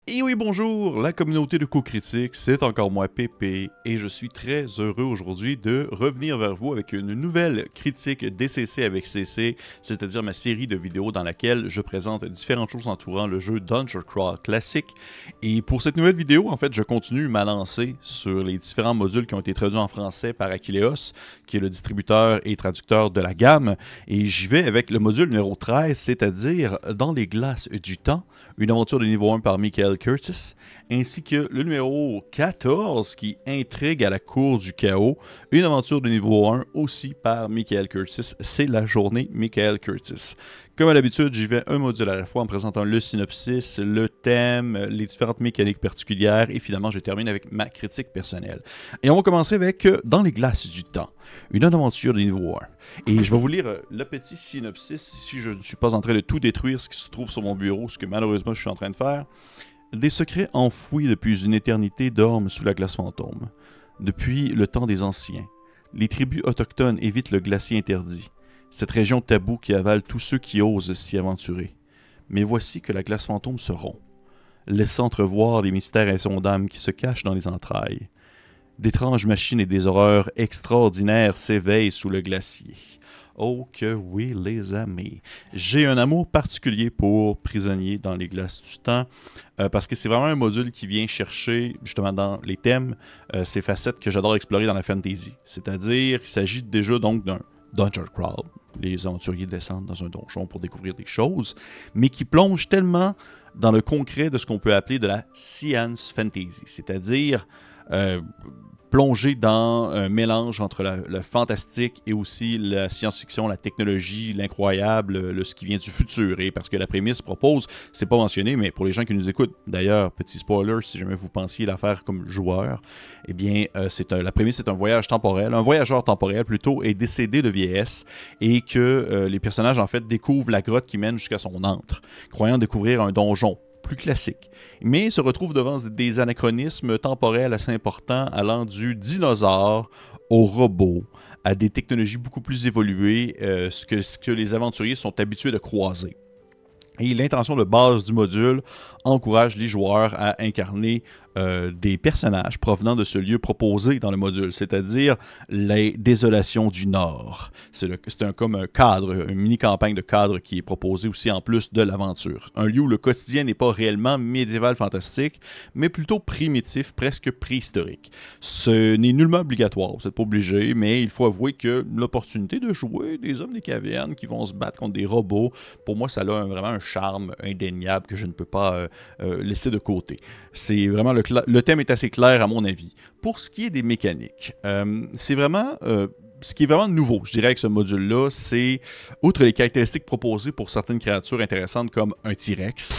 Et oui, bonjour, la communauté de Co-Critique, c'est encore moi, Pépé, et je suis très heureux aujourd'hui de revenir vers vous avec une nouvelle critique DCC avec CC, c'est-à-dire ma série de vidéos dans laquelle je présente différentes choses entourant le jeu Dungeon Crawl classique. Et pour cette nouvelle vidéo, en fait, je continue ma lancée sur les différents modules qui ont été traduits en français par Aquileos, qui est le distributeur et traducteur de la gamme, et j'y vais avec le module numéro 13, c'est-à-dire Dans les glaces du temps, une aventure de niveau 1 par Michael Curtis, ainsi que le numéro 14 qui intrigue à la cour du chaos, une aventure de niveau 1 aussi par Michael Curtis, c'est la journée Michael Curtis. Comme à l'habitude, j'y vais un module à la fois en présentant le synopsis, le thème, les différentes mécaniques particulières et finalement je termine avec ma critique personnelle. Et on va commencer avec Dans les glaces du temps, une aventure de niveau 1. Et je vais vous lire le petit synopsis si je ne suis pas en train de tout détruire ce qui se trouve sur mon bureau, ce que malheureusement je suis en train de faire. Des secrets enfouis depuis une éternité dorment sous la glace fantôme. Depuis le temps des anciens, les tribus autochtones évitent le glacier interdit, cette région taboue qui avale tous ceux qui osent s'y aventurer. Mais voici que la glace fantôme se rompt, laissant entrevoir les mystères insondables qui se cachent dans les entrailles. D'étranges machines et des horreurs extraordinaires s'éveillent sous le glacier. Oh que oui, les amis. J'ai un amour particulier pour Prisonnier dans les glaces du temps, parce que c'est vraiment un module qui vient chercher, justement dans les thèmes, ces facettes que j'adore explorer dans la fantasy. C'est-à-dire qu'il s'agit déjà donc d'un dungeon crawl. Les aventuriers descendent dans un donjon pour découvrir des choses, mais qui plonge tellement dans le concret de ce qu'on peut appeler de la science fantasy, c'est-à-dire plonger dans un mélange entre le fantastique et aussi la science-fiction, la technologie, l'incroyable, ce qui vient du futur. Et parce que la prémisse propose, c'est pas mentionné, mais pour les gens qui nous écoutent, d'ailleurs, petit spoiler, si jamais vous pensiez la faire comme joueur, eh bien, la prémisse est un voyage temporel. Un voyageur temporel, plutôt, est décédé de vieillesse et que les personnages, en fait, découvrent la grotte qui mène jusqu'à son antre, croyant découvrir un donjon plus classique, mais se retrouve devant des anachronismes temporels assez importants allant du dinosaure au robot, à des technologies beaucoup plus évoluées, ce que les aventuriers sont habitués de croiser. Et l'intention de base du module encourage les joueurs à incarner des personnages provenant de ce lieu proposé dans le module, c'est-à-dire les Désolations du Nord. C'est comme un cadre, une mini-campagne de cadre qui est proposée aussi en plus de l'aventure. Un lieu où le quotidien n'est pas réellement médiéval fantastique, mais plutôt primitif, presque préhistorique. Ce n'est nullement obligatoire, vous n'êtes pas obligé, mais il faut avouer que l'opportunité de jouer des hommes des cavernes qui vont se battre contre des robots, pour moi, ça a vraiment un charme indéniable que je ne peux pas laisser de côté. C'est vraiment le thème est assez clair à mon avis. Pour ce qui est des mécaniques, c'est vraiment ce qui est vraiment nouveau, je dirais, avec ce module-là, c'est, outre les caractéristiques proposées pour certaines créatures intéressantes comme un T-Rex,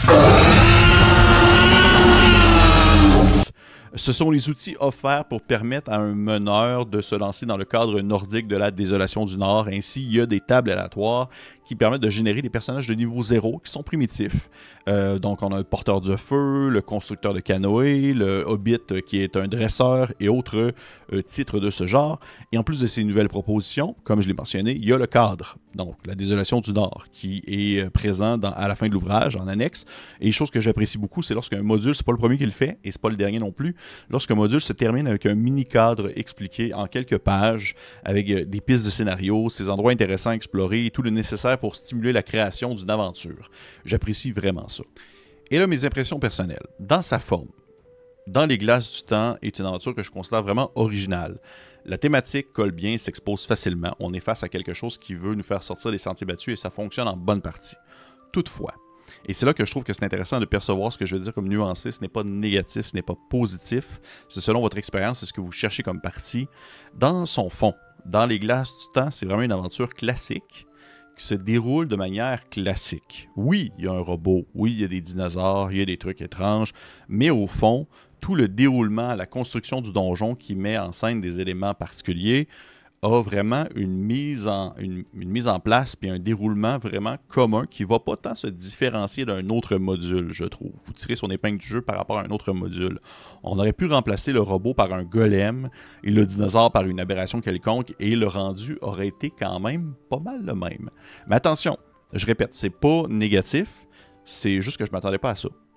ce sont les outils offerts pour permettre à un meneur de se lancer dans le cadre nordique de la Désolation du Nord. Ainsi, il y a des tables aléatoires qui permettent de générer des personnages de niveau 0 qui sont primitifs. Donc, on a le porteur de feu, le constructeur de canoë, le hobbit qui est un dresseur et autres titres de ce genre. Et en plus de ces nouvelles propositions, comme je l'ai mentionné, il y a le cadre, donc la Désolation du Nord, qui est présent à la fin de l'ouvrage, en annexe. Et chose que j'apprécie beaucoup, c'est lorsqu'un module, c'est pas le premier qui le fait, et c'est pas le dernier non plus, lorsqu'un module se termine avec un mini-cadre expliqué en quelques pages, avec des pistes de scénario, ces endroits intéressants à explorer et tout le nécessaire pour stimuler la création d'une aventure. J'apprécie vraiment ça. Et là, mes impressions personnelles. Dans sa forme, Dans les glaces du temps est une aventure que je considère vraiment originale. La thématique colle bien, s'expose facilement. On est face à quelque chose qui veut nous faire sortir des sentiers battus et ça fonctionne en bonne partie. Toutefois, et c'est là que je trouve que c'est intéressant de percevoir ce que je veux dire comme nuancé. Ce n'est pas négatif, ce n'est pas positif. C'est selon votre expérience, c'est ce que vous cherchez comme partie. Dans son fond, Dans les glaces du temps, c'est vraiment une aventure classique qui se déroule de manière classique. Oui, il y a un robot, oui, il y a des dinosaures, il y a des trucs étranges, mais au fond, tout le déroulement, la construction du donjon qui met en scène des éléments particuliers a vraiment une mise en place puis un déroulement vraiment commun qui ne va pas tant se différencier d'un autre module, je trouve. Vous tirez son épingle du jeu par rapport à un autre module. On aurait pu remplacer le robot par un golem et le dinosaure par une aberration quelconque et le rendu aurait été quand même pas mal le même. Mais attention, je répète, c'est pas négatif, c'est juste que je ne m'attendais pas à ça.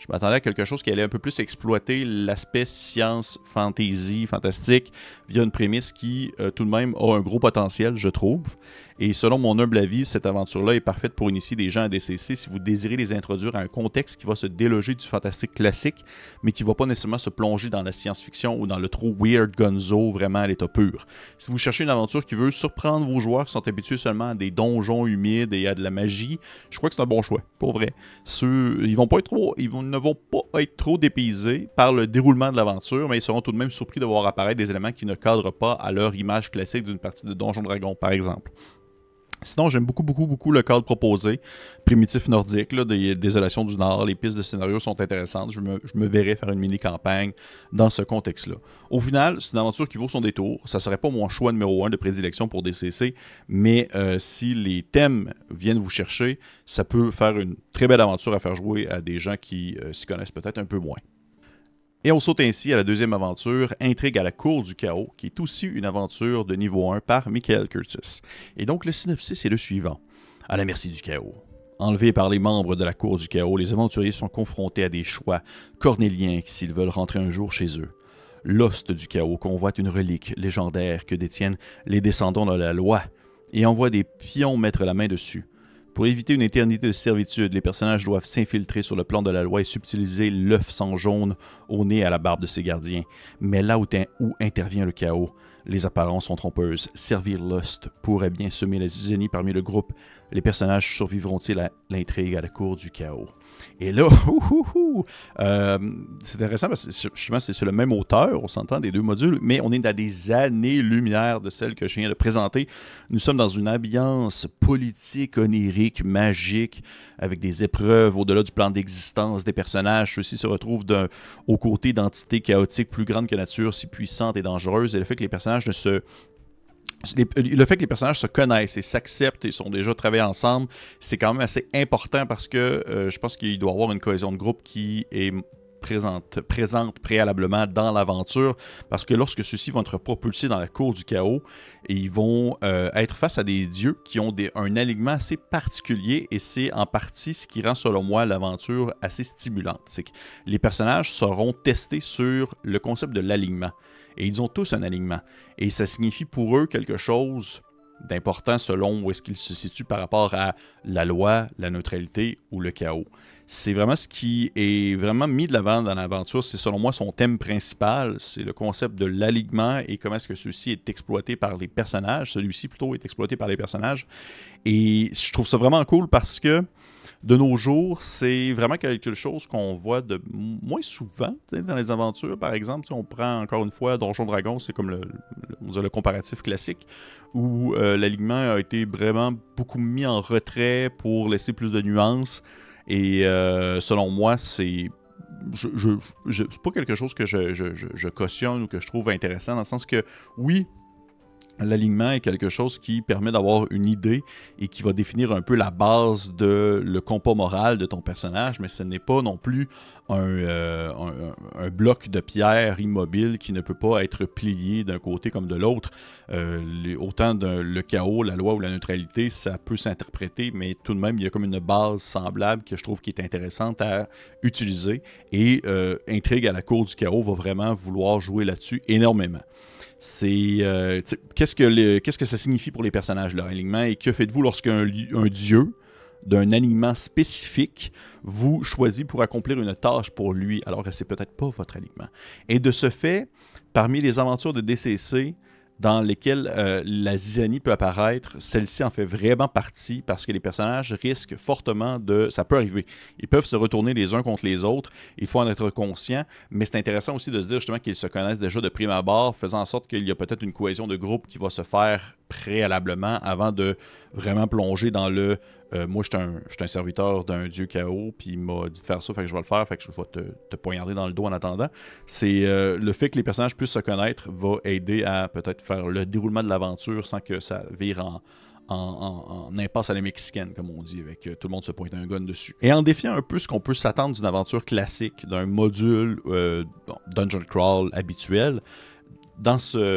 Je m'attendais à quelque chose qui allait un peu plus exploiter l'aspect science, fantasy, fantastique, via une prémisse qui, tout de même, a un gros potentiel, je trouve. Et selon mon humble avis, cette aventure-là est parfaite pour initier des gens à DCC si vous désirez les introduire à un contexte qui va se déloger du fantastique classique, mais qui ne va pas nécessairement se plonger dans la science-fiction ou dans le trop weird gonzo vraiment à l'état pur. Si vous cherchez une aventure qui veut surprendre vos joueurs qui sont habitués seulement à des donjons humides et à de la magie, je crois que c'est un bon choix, pour vrai. Ils ne vont pas être trop dépaysés par le déroulement de l'aventure, mais ils seront tout de même surpris de voir apparaître des éléments qui ne cadrent pas à leur image classique d'une partie de Donjon Dragon, par exemple. Sinon, j'aime beaucoup le cadre proposé, primitif nordique, là, des Désolations du Nord, les pistes de scénario sont intéressantes, je me verrais faire une mini-campagne dans ce contexte-là. Au final, c'est une aventure qui vaut son détour, ça serait pas mon choix numéro 1 de prédilection pour DCC, mais si les thèmes viennent vous chercher, ça peut faire une très belle aventure à faire jouer à des gens qui s'y connaissent peut-être un peu moins. Et on saute ainsi à la deuxième aventure, Intrigue à la cour du chaos, qui est aussi une aventure de niveau 1 par Michael Curtis. Et donc le synopsis est le suivant. À la merci du chaos. Enlevés par les membres de la cour du chaos, les aventuriers sont confrontés à des choix cornéliens s'ils veulent rentrer un jour chez eux. L'hoste du chaos convoite une relique légendaire que détiennent les descendants de la loi et envoie des pions mettre la main dessus. Pour éviter une éternité de servitude, les personnages doivent s'infiltrer sur le plan de la loi et subtiliser l'œuf sang jaune au nez à la barbe de ses gardiens. Mais là où intervient le chaos, les apparences sont trompeuses. Servir Lust pourrait bien semer la zizanie parmi le groupe. Les personnages survivront-ils à l'intrigue à la cour du chaos? Et là, c'est intéressant parce que justement, c'est le même auteur, on s'entend, des deux modules, mais on est à des années-lumière de celle que je viens de présenter. Nous sommes dans une ambiance politique, onirique, magique, avec des épreuves au-delà du plan d'existence des personnages. Ceux-ci se retrouvent aux côtés d'entités chaotiques plus grandes que nature, si puissantes et dangereuses, et le fait que les personnages le fait que les personnages se connaissent et s'acceptent et sont déjà travaillés ensemble, c'est quand même assez important parce que je pense qu'il doit y avoir une cohésion de groupe qui est présente préalablement dans l'aventure, parce que lorsque ceux-ci vont être propulsés dans la cour du chaos, ils vont être face à des dieux qui ont un alignement assez particulier, et c'est en partie ce qui rend, selon moi, l'aventure assez stimulante. C'est que les personnages seront testés sur le concept de l'alignement, et ils ont tous un alignement, et ça signifie pour eux quelque chose d'important selon où est-ce qu'ils se situent par rapport à la loi, la neutralité ou le chaos. C'est vraiment ce qui est vraiment mis de l'avant dans l'aventure. C'est selon moi son thème principal. C'est le concept de l'alignement et comment est-ce que ceci est exploité par les personnages. Celui-ci plutôt est exploité par les personnages. Et je trouve ça vraiment cool parce que de nos jours, c'est vraiment quelque chose qu'on voit de moins souvent dans les aventures. Par exemple, si on prend encore une fois Donjon Dragon, c'est comme le comparatif classique, où l'alignement a été vraiment beaucoup mis en retrait pour laisser plus de nuances. Et selon moi, c'est pas quelque chose que je cautionne ou que je trouve intéressant, dans le sens que, oui, l'alignement est quelque chose qui permet d'avoir une idée et qui va définir un peu la base de le compas moral de ton personnage, mais ce n'est pas non plus un bloc de pierre immobile qui ne peut pas être plié d'un côté comme de l'autre. Autant le chaos, la loi ou la neutralité, ça peut s'interpréter, mais tout de même, il y a comme une base semblable que je trouve qui est intéressante à utiliser. Et Intrigue à la cour du chaos va vraiment vouloir jouer là-dessus énormément. C'est qu'est-ce que ça signifie pour les personnages, leur alignement, et que faites-vous lorsqu'un dieu d'un alignement spécifique vous choisit pour accomplir une tâche pour lui, alors que c'est peut-être pas votre alignement. Et de ce fait, parmi les aventures de DCC dans lesquelles la zizanie peut apparaître, celle-ci en fait vraiment partie parce que les personnages risquent fortement de... Ça peut arriver. Ils peuvent se retourner les uns contre les autres. Il faut en être conscient. Mais c'est intéressant aussi de se dire justement qu'ils se connaissent déjà de prime abord, faisant en sorte qu'il y a peut-être une cohésion de groupe qui va se faire préalablement avant de vraiment plonger dans le moi je suis un serviteur d'un dieu chaos, puis il m'a dit de faire ça, fait que je vais le faire, fait que je vais te poignarder dans le dos en attendant. C'est le fait que les personnages puissent se connaître va aider à peut-être faire le déroulement de l'aventure sans que ça vire en impasse à la mexicaine, comme on dit, avec tout le monde se pointe un gun dessus. Et en défiant un peu ce qu'on peut s'attendre d'une aventure classique, d'un module dungeon crawl habituel, dans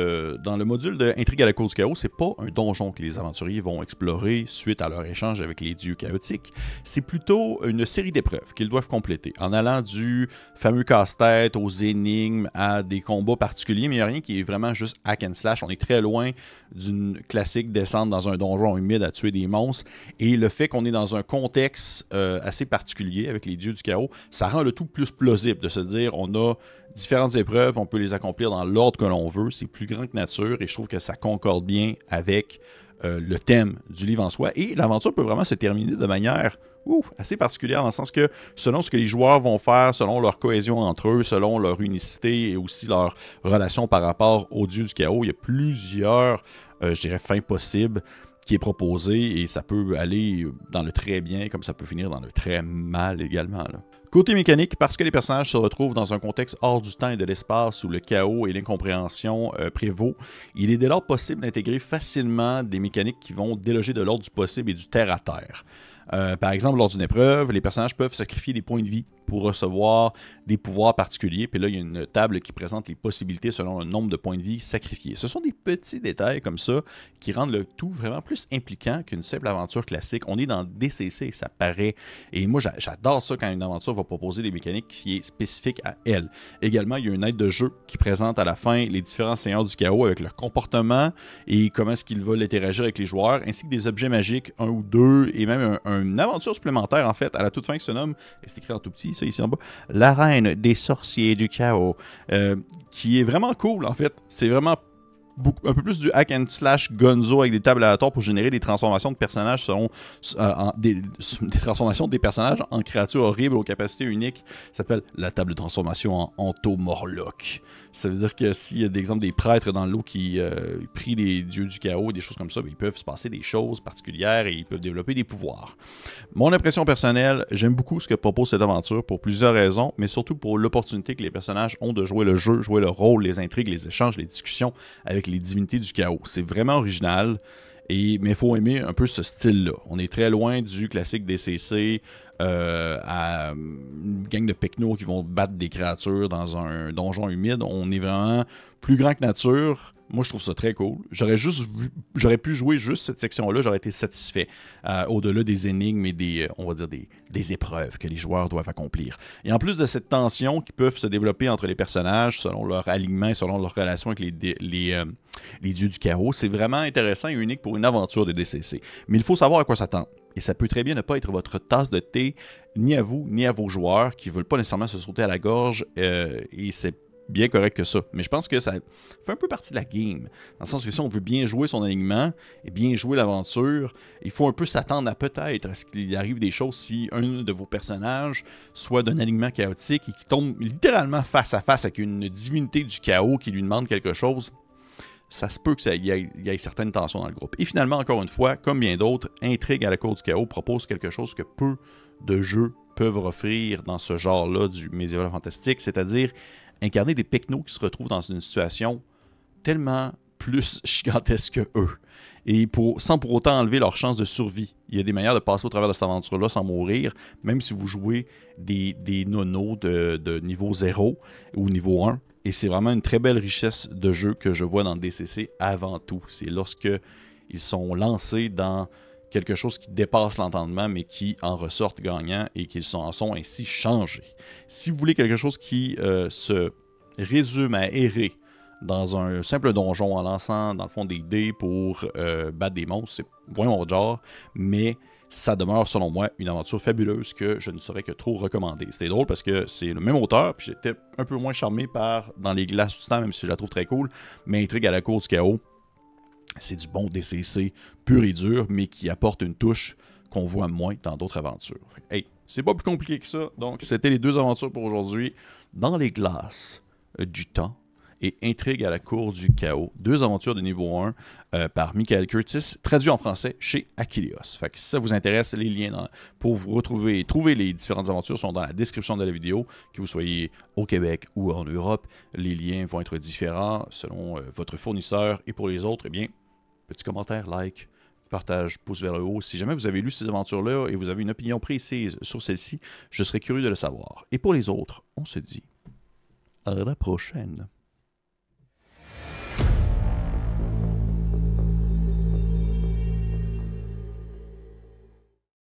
le module de Intrigue à la cour du chaos, c'est pas un donjon que les aventuriers vont explorer suite à leur échange avec les dieux chaotiques. C'est plutôt une série d'épreuves qu'ils doivent compléter, en allant du fameux casse-tête aux énigmes à des combats particuliers, mais il n'y a rien qui est vraiment juste hack and slash. On est très loin d'une classique descente dans un donjon humide à tuer des monstres, et le fait qu'on est dans un contexte assez particulier avec les dieux du chaos, ça rend le tout plus plausible de se dire on a différentes épreuves, on peut les accomplir dans l'ordre que l'on veut, c'est plus grand que nature et je trouve que ça concorde bien avec le thème du livre en soi et l'aventure peut vraiment se terminer de manière assez particulière dans le sens que selon ce que les joueurs vont faire, selon leur cohésion entre eux, selon leur unicité et aussi leur relation par rapport aux dieux du chaos, il y a plusieurs, je dirais, fins possibles qui est proposé et ça peut aller dans le très bien comme ça peut finir dans le très mal également, là. Côté mécanique, parce que les personnages se retrouvent dans un contexte hors du temps et de l'espace où le chaos et l'incompréhension prévaut, il est dès lors possible d'intégrer facilement des mécaniques qui vont déloger de l'ordre du possible et du terre-à-terre. Par exemple, lors d'une épreuve, les personnages peuvent sacrifier des points de vie pour recevoir des pouvoirs particuliers. Puis là, il y a une table qui présente les possibilités selon le nombre de points de vie sacrifiés. Ce sont des petits détails comme ça qui rendent le tout vraiment plus impliquant qu'une simple aventure classique. On est dans DCC, ça paraît. Et moi, j'adore ça quand une aventure va proposer des mécaniques qui est spécifique à elle. Également, il y a une aide de jeu qui présente à la fin les différents seigneurs du chaos avec leur comportement et comment est-ce qu'ils veulent interagir avec les joueurs, ainsi que des objets magiques, un ou deux, et même une aventure supplémentaire, en fait, à la toute fin qui se nomme, c'est écrit en tout petit, ça ici en bas, la reine des sorciers du chaos, qui est vraiment cool, en fait. C'est vraiment un peu plus du hack and slash gonzo avec des tables aléatoires pour générer des transformations de personnages selon des transformations des personnages en créatures horribles aux capacités uniques. Ça s'appelle la table de transformation en Anto-Morlock. Ça veut dire que s'il y a d'exemple des prêtres dans l'eau qui prient les dieux du chaos, des choses comme ça, ils peuvent se passer des choses particulières et ils peuvent développer des pouvoirs. Mon impression personnelle, j'aime beaucoup ce que propose cette aventure pour plusieurs raisons, mais surtout pour l'opportunité que les personnages ont de jouer le jeu, jouer le rôle, les intrigues, les échanges, les discussions avec les divinités du chaos. C'est vraiment original, mais il faut aimer un peu ce style-là. On est très loin du classique DCC à une gang de pecnos qui vont battre des créatures dans un donjon humide. On est vraiment plus grand que nature. Moi, je trouve ça très cool. J'aurais pu jouer juste cette section-là, j'aurais été satisfait. Au-delà des énigmes et on va dire des épreuves que les joueurs doivent accomplir. Et en plus de cette tension qui peut se développer entre les personnages, selon leur alignement et selon leur relation avec les dieux du chaos, c'est vraiment intéressant et unique pour une aventure de DCC. Mais il faut savoir à quoi s'attendre. Et ça peut très bien ne pas être votre tasse de thé, ni à vous, ni à vos joueurs, qui ne veulent pas nécessairement se sauter à la gorge, et c'est bien correct que ça. Mais je pense que ça fait un peu partie de la game. Dans le sens que si on veut bien jouer son alignement et bien jouer l'aventure, il faut un peu s'attendre à peut-être à ce qu'il arrive des choses si un de vos personnages soit d'un alignement chaotique et qui tombe littéralement face à face avec une divinité du chaos qui lui demande quelque chose. Ça se peut qu'il y ait certaines tensions dans le groupe. Et finalement, encore une fois, comme bien d'autres, Intrigue à la cour du chaos propose quelque chose que peu de jeux peuvent offrir dans ce genre-là du médiéval fantastique, c'est-à-dire incarner des pecnos qui se retrouvent dans une situation tellement plus gigantesque que eux. Et sans pour autant enlever leur chance de survie. Il y a des manières de passer au travers de cette aventure-là sans mourir, même si vous jouez des nonos de niveau 0 ou niveau 1. Et c'est vraiment une très belle richesse de jeu que je vois dans le DCC avant tout. C'est lorsque ils sont lancés dans quelque chose qui dépasse l'entendement, mais qui en ressortent gagnants et qu'ils en sont ainsi changés. Si vous voulez quelque chose qui se résume à errer dans un simple donjon en lançant, dans le fond, des dés pour battre des monstres, c'est vraiment mon genre, mais ça demeure, selon moi, une aventure fabuleuse que je ne saurais que trop recommander. C'est drôle parce que c'est le même auteur, puis j'étais un peu moins charmé par Dans les glaces du temps, même si je la trouve très cool, mais Intrigue à la cour du chaos, c'est du bon DCC pur et dur, mais qui apporte une touche qu'on voit moins dans d'autres aventures. Hey, c'est pas plus compliqué que ça. Donc, c'était les deux aventures pour aujourd'hui. Dans les glaces du temps et Intrigue à la cour du chaos. Deux aventures de niveau 1 par Michael Curtis, traduit en français chez Achilleos. Fait que si ça vous intéresse, les liens pour vous trouver les différentes aventures sont dans la description de la vidéo. Que vous soyez au Québec ou en Europe, les liens vont être différents selon votre fournisseur. Et pour les autres, eh bien, petit commentaire, like, partage, pouce vers le haut. Si jamais vous avez lu ces aventures-là et vous avez une opinion précise sur celle-ci, je serais curieux de le savoir. Et pour les autres, on se dit à la prochaine.